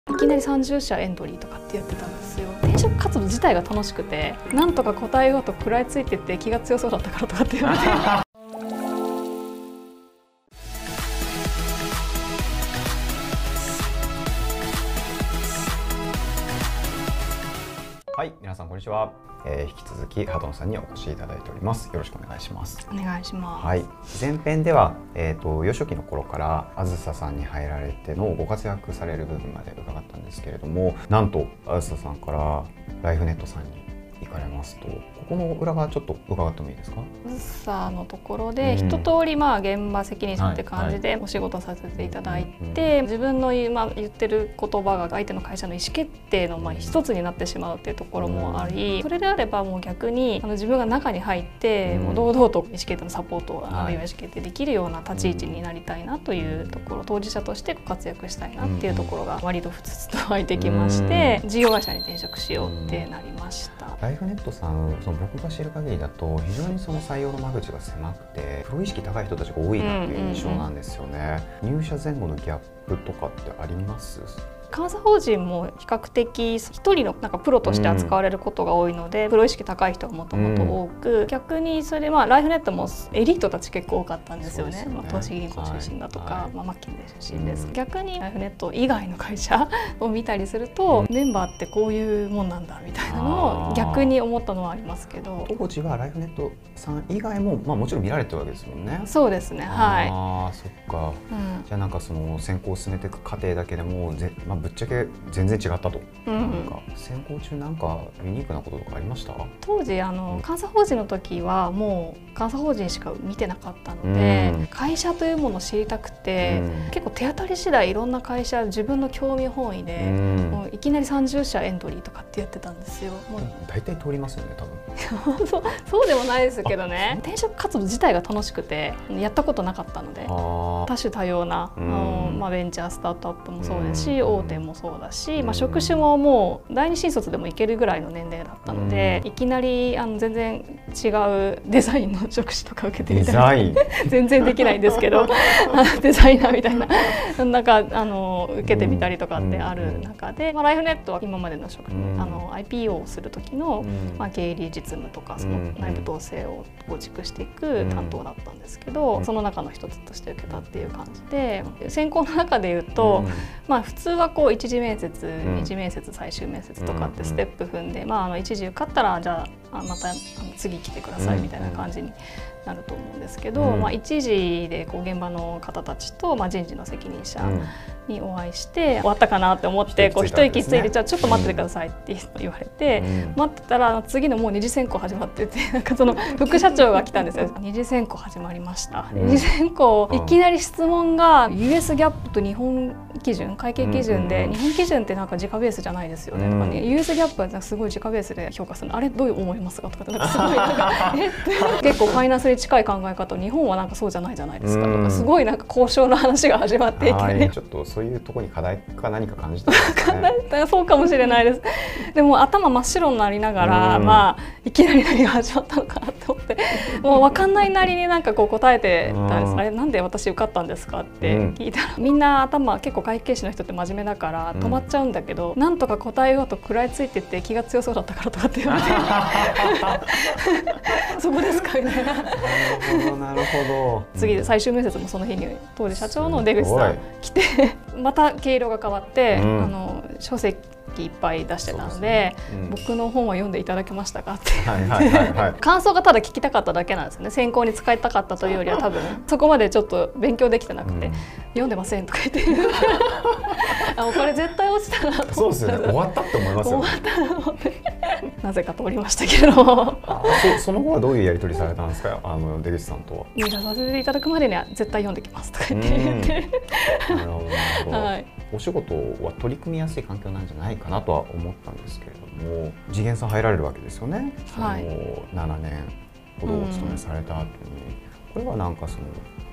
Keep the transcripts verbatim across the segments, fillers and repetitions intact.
いきなりさんじゅっしゃエントリーとかってやってたんですよ。転職活動自体が楽しくて、なんとか答えようと食らいついてって気が強そうだったからとかって言われてはい、皆さんこんにちは。えー、引き続き波動さんにお越しいただいております。よろしくお願いします。 お願いします。 はい、前編では、えーと、幼少期の頃からあずささんに入られてのご活躍される部分まで伺ったんですけれども、なんとあずささんからライフネットさんに行かれますと、ここの裏側ちょっと伺ってもいいですか？ あずさのところで、うん、一通りまあ現場責任者って感じでお仕事させていただいて、はいはい、自分の言う、まあ、言ってる言葉が相手の会社の意思決定のまあ一つになってしまうっていうところもあり、うん、それであればもう逆にあの自分が中に入って、うん、もう堂々と意思決定のサポートを、あるいは意思決定できるような立ち位置になりたいなというところ、当事者として活躍したいなっていうところが割とふつふつと湧いてきまして、うん、事業会社に転職しようってなりました。 ライフネットさん、その僕が知る限りだと非常にその採用の間口が狭くてプロ意識高い人たちが多いなっていう印象なんですよね。入社前後のギャップとかってあります？ 監査法人も比較的一人のなんかプロとして扱われることが多いので、うん、プロ意識高い人はもともと多く、うん、逆にそれでまあライフネットもエリートたち結構多かったんですよね。まあ、投資銀行出身だとか、はい、まあ、マッキンゼ出身です、うん、逆にライフネット以外の会社を見たりすると、うん、メンバーってこういうもんなんだみたいなのを逆に思ったのはありますけど、 当時はライフネットさん以外も、まあ、もちろん見られてるわけですもんね。 そうですね、はい。 ああ、そっか、うん、じゃあなんかその選考を進めていく過程だけでもぜ、まあ、ぶっちゃけ全然違ったと、うん、なんか選考中なんかユニークなこととかありました？ 当時あの監査法人の時はもう監査法人しか見てなかったので、うん、会社というものを知りたくて、うん、結構手当たり次第いろんな会社自分の興味本位で、うん、もういきなりさんじゅっしゃエントリーとかってやってたんですよ。もう大体通りますよね、多分そうそうでもないですけどね。転職活動自体が楽しくてやったことなかったので、多種多様な、うん、あのまあ、ベンチャースタートアップもそうですし、うん、大手もそうだし、まあ、職種ももう第二新卒でもいけるぐらいの年齢だったので、うん、いきなりあの全然違うデザインの職種とか受けてみたいな全然できないんですけどデザイナーみたいななんかあの受けてみたりとかってある中で、まあ、ライフネットは今までの職種、うん、あの アイピーオー をする時の、うん、まあ、経理実務とかその内部統制を構築していく担当だったんですけど、うん、その中の一つとして受けたっていう感じで、選考の中でいうと、うん、まあ、普通はこう一次面接、うん、二次面接、最終面接とかってステップ踏んで、まあ、あの一次受かったらじゃあまたあの次来てくださいみたいな感じになると思うんですけど、うん、まあ、一時でこう現場の方たちと、まあ、人事の責任者にお会いして、うん、終わったかなって思ってこう一息ついて、じゃあちょっと待っててくださいって言われて、うん、待ってたら次のもう二次選考始まってて、なんかその副社長が来たんですよ。二次選考始まりました、うん、二次選考いきなり質問が ユーエス ギャップと日本基準、会計基準で、うん、日本基準ってなんか時価ベースじゃないですよね、うん、とかね、ユーエス ギャップはすごい時価ベースで評価するの、あれどう思いますかとかってなんかすごいなんかえって結構ファイナンスに近い考え方、日本はなんかそうじゃないじゃないですかとか、すごいなんか交渉の話が始まっていて、ね、 ちょっとそういうところに課題か何か感じたんですかね。 そうかもしれないです。でも頭真っ白になりながら、まあいきなり何が始まったのかなと思って、もう分かんないなりになんかこう答えてたんです。あれなんで私受かったんですかって聞いたら、みんな頭結構会計士の人って真面目だから止まっちゃうんだけど、なんとか答えようと食らいついてって気が強そうだったからとかって言われてそこですかみたいな。 なるほどなるほど。 次で最終面接もその日に当時社長の出口さん来てまた毛色が変わって、うん、あの書籍いっぱい出してたの で, で、ね、うん、僕の本は読んでいただけましたかって感想がただ聞きたかっただけなんですよね。選考に使いたかったというよりは多分そこまでちょっと勉強できてなくて、うん、読んでませんとか言ってあ、もうこれ絶対落ちたなと思って。 そうですよね、終わったって思いますよね。 終わったと思ってなぜか通りましたけどあ そ, その後はどういうやり取りされたんですか、あの出口さんとは。 入社させていただくまでには絶対読んできますとか言って言って、 なるほどなるほど、はい、お仕事は取り組みやすい環境なんじゃないかなとは思ったんですけれども、次元さん入られるわけですよね、はい、そのななねんほどお勤めされた後に、うん、これはなんかその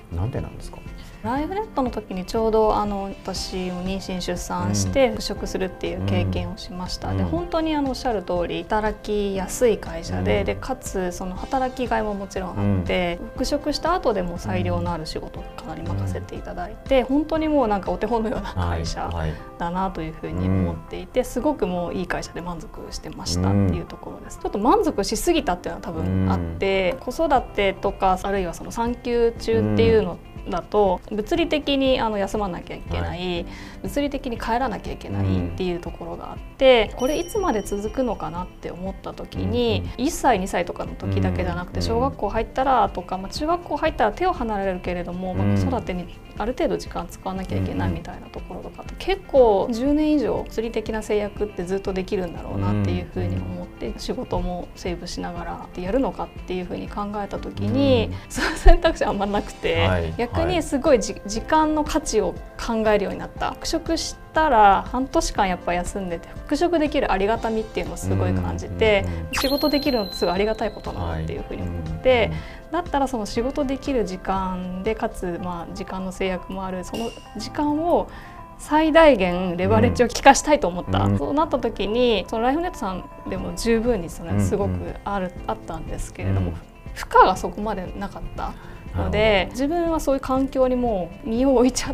なんでなんですか？ ライフネットの時にちょうどあの私も妊娠出産して復職するっていう経験をしました、うん、で本当にあのおっしゃる通り働きやすい会社で、うん、でかつその働きがいももちろんあって、うん、復職した後でも裁量のある仕事をかなり任せていただいて、うん、本当にもうなんかお手本のような会社だなというふうに思っていて、すごくもういい会社で満足してましたっていうところです。ちょっと満足しすぎたっていうのは多分あって、子育てとかあるいはその産休中っていうのだと物理的にあの休まなきゃいけない、はい、物理的に帰らなきゃいけないっていうところがあって、うん、これいつまで続くのかなって思った時に、うん、いっさいにさいとかの時だけじゃなくて小学校入ったらとか、まあ、中学校入ったら手を離れるけれども、まあ、子育てにある程度時間使わなきゃいけないみたいなところとかって結構じゅうねん以上物理的な制約ってずっとできるんだろうなっていうふうに思って、仕事もセーブしながらやるのかっていうふうに考えた時に、その選択肢はあんまなくて、はい、逆にすごいじ時間の価値を考えるようになった。復職したら半年間やっぱ休んでて復職できるありがたみっていうのをすごい感じて、仕事できるのってすごいありがたいことだなっていうふうに思って、だったらその仕事できる時間でかつまあ時間の制約もあるその時間を最大限レバレッジを効かしたいと思った、うん、そうなった時にそのライフネットさんでも十分にそれすごくある、うん、あったんですけれども、うん、負荷がそこまでなかったので、自分はそういう環境にもう身を置いちゃって、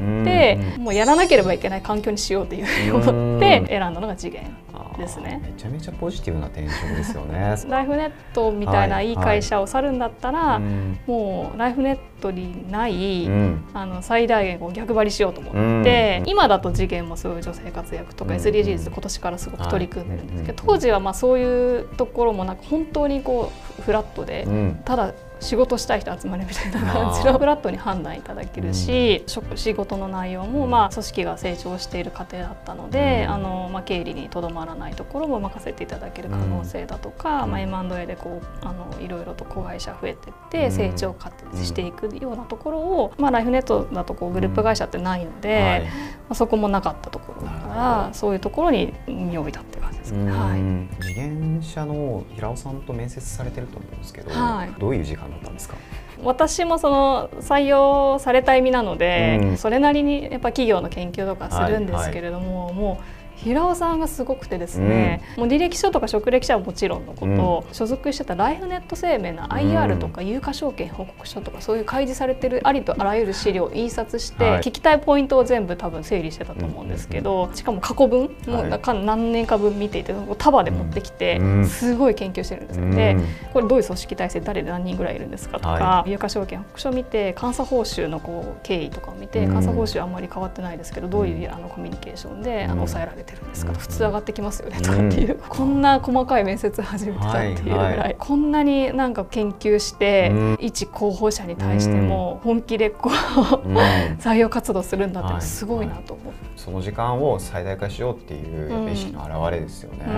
うん、もうやらなければいけない環境にしようというふうに思って選んだのが次元ですね。 めちゃめちゃポジティブな転職ですよね。 ライフネットみたいないい会社を去るんだったら、はいはい、もうライフネットにない、うん、あの最大限こう逆張りしようと思って、うん、今だと次元もそういう女性活躍とか エスディージーズ 今年からすごく取り組んでるんですけど、はい、当時はまあそういうところもなく本当にこうフラットで、うん、ただ仕事したい人集まれみたいな感じのフラットに判断いただけるし、うん、仕事の内容もまあ組織が成長している過程だったので、うん、あのまあ経理にとどまらないところも任せていただける可能性だとか、うん、まあ、エムアンドエー でこうあのいろいろと子会社増えていって成長過程していくようなところを、まあ、ライフネットだとこうグループ会社ってないので、はい、まあ、そこもなかったところだからそういうところに身を置いたって感じですね。はい、 次元社の平尾さんと面接されてると思うんですけど、はい、どういう時間だったんですか？ 私もその採用された意味なので、うん、それなりにやっぱ企業の研究とかするんですけれども、はいはい、もう平尾さんがすごくてですね、うん、もう履歴書とか職歴書はもちろんのこと、うん、所属してたライフネット生命の アイアール とか有価証券報告書とかそういう開示されてるありとあらゆる資料を印刷して、はい、聞きたいポイントを全部多分整理してたと思うんですけど、うん、しかも過去分、もう何年か分見ていて束で持ってきて、うん、すごい研究してるんですよ。うん、でこれどういう組織体制誰で何人ぐらいいるんですかとか、はい、有価証券報告書を見て監査報酬のこう経緯とかを見て、うん、監査報酬あんまり変わってないですけどどういうあのコミュニケーションであの抑えられてるんですかと、普通上がってきますよねとかっていう、うん、こんな細かい面接始めてたっていうぐらい、はいはい、こんなになんか研究して、うん、一候補者に対しても本気でこう、うん、採用活動するんだってすごいなと思う、はいはい、 その時間を最大化しようっていう意識の表れですよね。うん、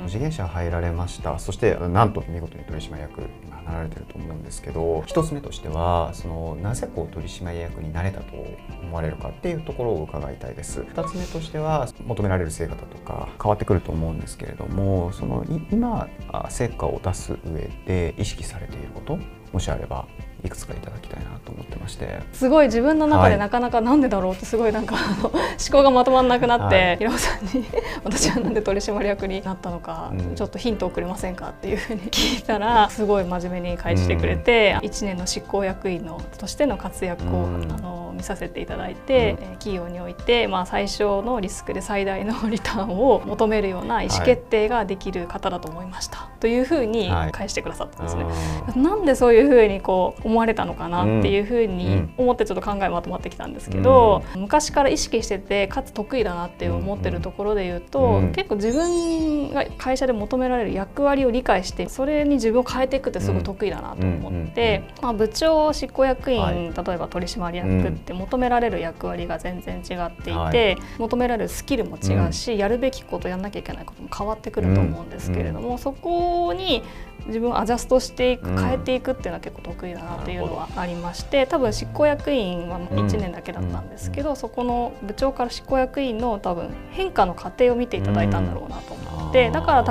次元社入られました。そしてなんと見事に取締役今なられてると思うんですけど、一つ目としてはそのなぜこう取締役になれたと思われるかっていうところを伺いたいです。二つ目としては求められる成果だとか変わってくると思うんですけれども、その今成果を出す上で意識されていることもしあればいくつかいただきたいなと思ってまして、 すごい自分の中でなかなかなんでだろうってすごいなんかあの思考がまとまらなくなって、はい、平尾さんに私はなんで取締役になったのか、うん、ちょっとヒントをくれませんかっていうふうに聞いたらすごい真面目に返してくれて、うん、いちねんの執行役員のとしての活躍を、うん、あの見させていただいて、うん、企業において、まあ、最小のリスクで最大のリターンを求めるような意思決定ができる方だと思いました、はい、というふうに返してくださったんですね。はい、なんでそういうふうにこう思われたのかなっていうふうに思ってちょっと考えまとまってきたんですけど、うん、昔から意識しててかつ得意だなって思ってるところで言うと、うん、結構自分が会社で求められる役割を理解してそれに自分を変えていくってすごい得意だなと思って、まあ、部長執行役員、はい、例えば取締役って求められる役割が全然違っていて、はい、求められるスキルも違うし、うん、やるべきことやんなきゃいけないことも変わってくると思うんですけれども、うん、そこに自分をアジャストしていく、変えていくっていうのは結構得意だなっていうのはありまして、多分執行役員はいちねんだけだったんですけど、うん、そこの部長から執行役員の多分変化の過程を見ていただいたんだろうなと思って、だから多分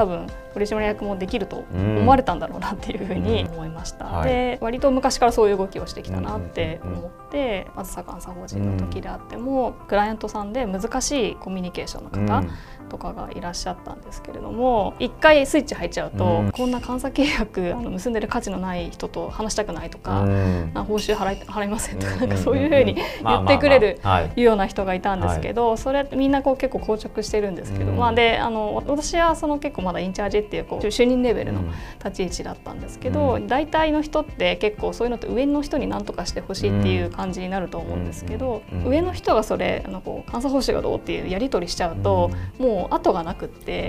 取締役もできると思われたんだろうなっていうふうに思いました。うんうん、で割と昔からそういう動きをしてきたなって思って、あずさ監査法人の時であっても、うん、クライアントさんで難しいコミュニケーションの方とかがいらっしゃったんですけれども、一回スイッチ入っちゃうと、うん、こんな監査契約あの結んでる価値のない人と話したくないとか、うん、報酬払い払いませんとか、なんかそういうふうに言ってくれるいうような人がいたんですけど、それみんなこう結構硬直してるんですけど、うん、まあであの私はその結構まだインチャージっていう、こう主任レベルの立ち位置だったんですけど、うん、大体の人って結構そういうのって上の人に何とかしてほしいっていう感じになると思うんですけど、うん、上の人がそれあのこう監査報酬がどうっていうやり取りしちゃうと、うん、もう後がなくって、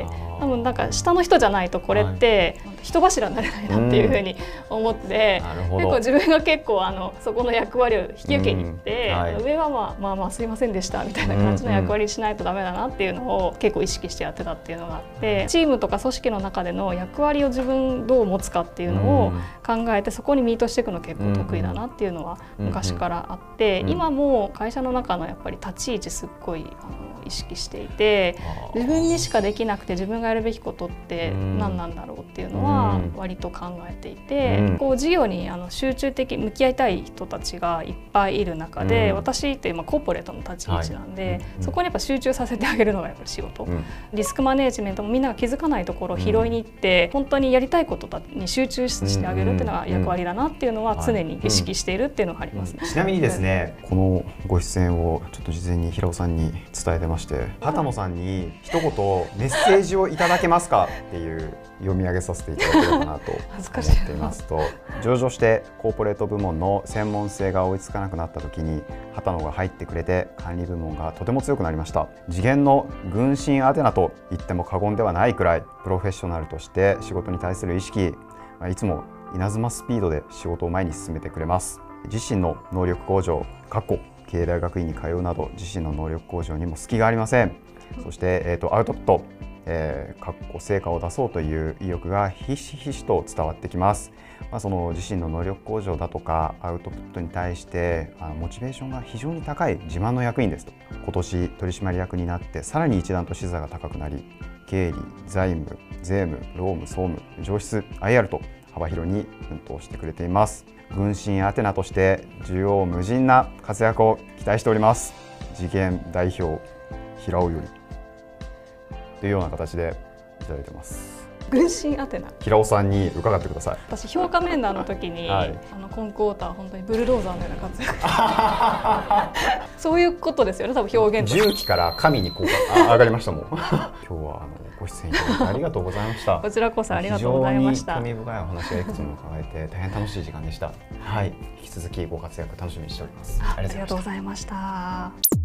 多分なんか下の人じゃないとこれって人柱になれないなっていうふうに思って、うん、結構自分が結構あのそこの役割を引き受けに行って、うんはい、上はまあまあまあすいませんでしたみたいな感じの役割にしないとダメだなっていうのを結構意識してやってたっていうのがあって、チームとか組織の中での役割を自分どう持つかっていうのを考えて、そこにミートしていくの結構得意だなっていうのは昔からあって、今も会社の中のやっぱり立ち位置すっごいあの意識していて、自分にしかできなくて自分がやるべきことって何なんだろうっていうのは割と考えていて、うん、こう事業にあの集中的向き合いたい人たちがいっぱいいる中で、うん、私って今コーポレートの立ち位置なんで、はい、そこにやっぱ集中させてあげるのがやっぱり仕事、うん、リスクマネジメントもみんなが気づかないところを拾いに行って、うん、本当にやりたいことに集中してあげるっていうのが役割だなっていうのは常に意識しているっていうのがありますね。 うんうん、ちなみにですね、このご出演をちょっと事前に平尾さんに伝えてまして、畑野さんに一言メッセージをいただけますかっていう読み上げさせていただければなと思っていますと、上場してコーポレート部門の専門性が追いつかなくなった時に畑野が入ってくれて、管理部門がとても強くなりました。次元の軍神アテナと言っても過言ではないくらい、プロフェッショナルとして仕事に対する意識、いつも稲妻スピードで仕事を前に進めてくれます。自身の能力向上、経営大学院に通うなど自身の能力向上にも隙がありません。そして、えーと、アウトプット、えー、成果を出そうという意欲がひしひしと伝わってきます。まあ、その自身の能力向上だとかアウトプットに対してあのモチベーションが非常に高い自慢の役員ですと。今年取締役になってさらに一段と視座が高くなり、経理、財務、税務、労務、総務、上質、アイアール と幅広に奮闘してくれています。軍神アテナとして縦横無尽な活躍を期待しております。次元代表平尾よりというような形でいただいてます。 軍神アテナ、 平尾さんに伺ってください。 私評価面談の時に、はい、あの今クォーター本当にブルドーザーのような活躍そういうことですよね、多分表現と重機から神にこう上がりましたもん今日はあのご出演いただいてありがとうございましたこちらこそありがとうございました。 非常に興味深いお話がいくつも伺えて大変楽しい時間でした。はい、引き続きご活躍楽しみにしております。 ありがとうございました。